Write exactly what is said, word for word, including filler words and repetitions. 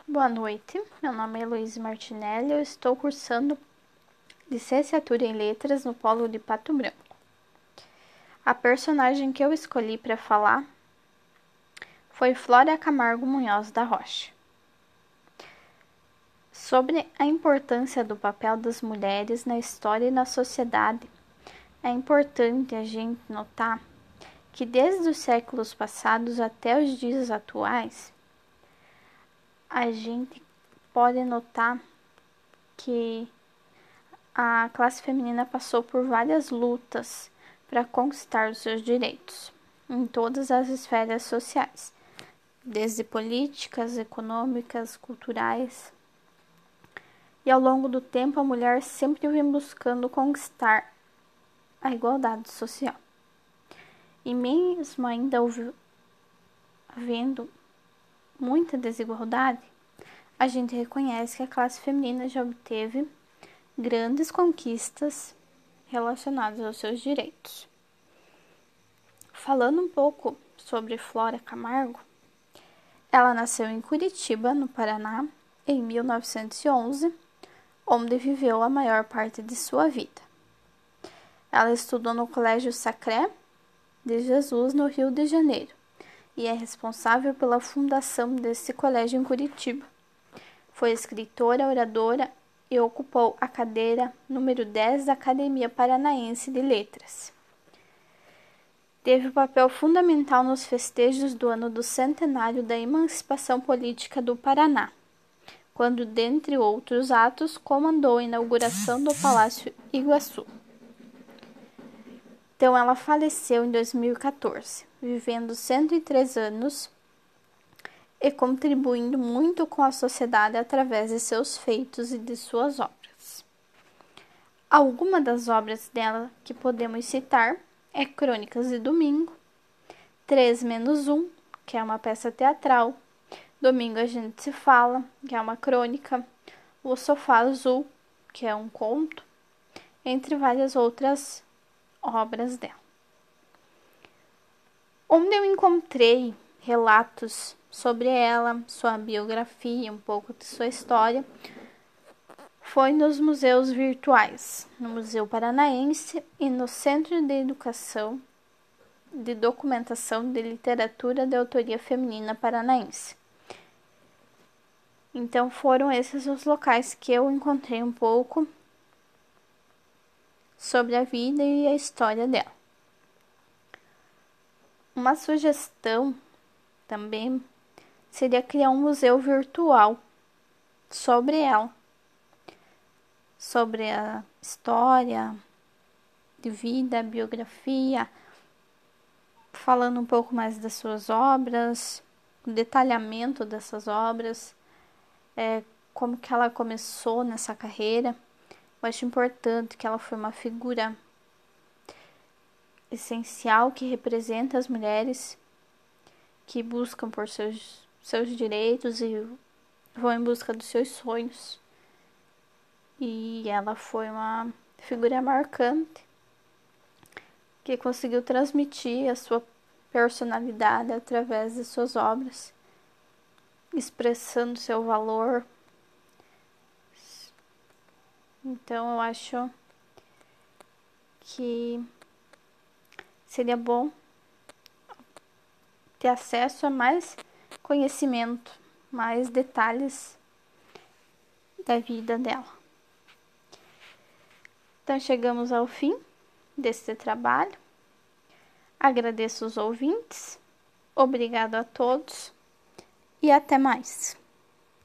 Boa noite, meu nome é Heloísa Martinelli, eu estou cursando licenciatura em Letras no Polo de Pato Branco. A personagem que eu escolhi para falar foi Flora Camargo Munhoz da Rocha. Sobre a importância do papel das mulheres na história e na sociedade, é importante a gente notar que desde os séculos passados até os dias atuais, a gente pode notar que a classe feminina passou por várias lutas para conquistar os seus direitos em todas as esferas sociais, desde políticas, econômicas, culturais. E ao longo do tempo a mulher sempre vem buscando conquistar a igualdade social. E mesmo ainda havendo muita desigualdade, a gente reconhece que a classe feminina já obteve grandes conquistas relacionadas aos seus direitos. Falando um pouco sobre Flora Camargo, ela nasceu em Curitiba, no Paraná, em mil novecentos e onze, onde viveu a maior parte de sua vida. Ela estudou no Colégio Sacré de Jesus, no Rio de Janeiro, e é responsável pela fundação desse colégio em Curitiba. Foi escritora, oradora e ocupou a cadeira número dez da Academia Paranaense de Letras. Teve um papel fundamental nos festejos do ano do centenário da emancipação política do Paraná, quando, dentre outros atos, comandou a inauguração do Palácio Iguaçu. Então, ela faleceu em dois mil e quatorze, vivendo cento e três anos e contribuindo muito com a sociedade através de seus feitos e de suas obras. Algumas das obras dela que podemos citar é Crônicas de Domingo, três menos um, que é uma peça teatral, Domingo a Gente Se Fala, que é uma crônica, O Sofá Azul, que é um conto, entre várias outras obras dela. Onde eu encontrei relatos sobre ela, sua biografia, um pouco de sua história, foi nos museus virtuais, no Museu Paranaense e no Centro de Educação de Documentação de Literatura de Autoria Feminina Paranaense. Então foram esses os locais que eu encontrei um pouco sobre a vida e a história dela. Uma sugestão também seria criar um museu virtual sobre ela, sobre a história de vida, a biografia, falando um pouco mais das suas obras, o detalhamento dessas obras, é, como que ela começou nessa carreira. Eu acho importante que ela foi uma figura essencial que representa as mulheres que buscam por seus, seus direitos e vão em busca dos seus sonhos. E ela foi uma figura marcante que conseguiu transmitir a sua personalidade através de suas obras, expressando seu valor. Então eu acho que seria bom ter acesso a mais conhecimento, mais detalhes da vida dela. Então chegamos ao fim deste trabalho. Agradeço os ouvintes, obrigado a todos e até mais.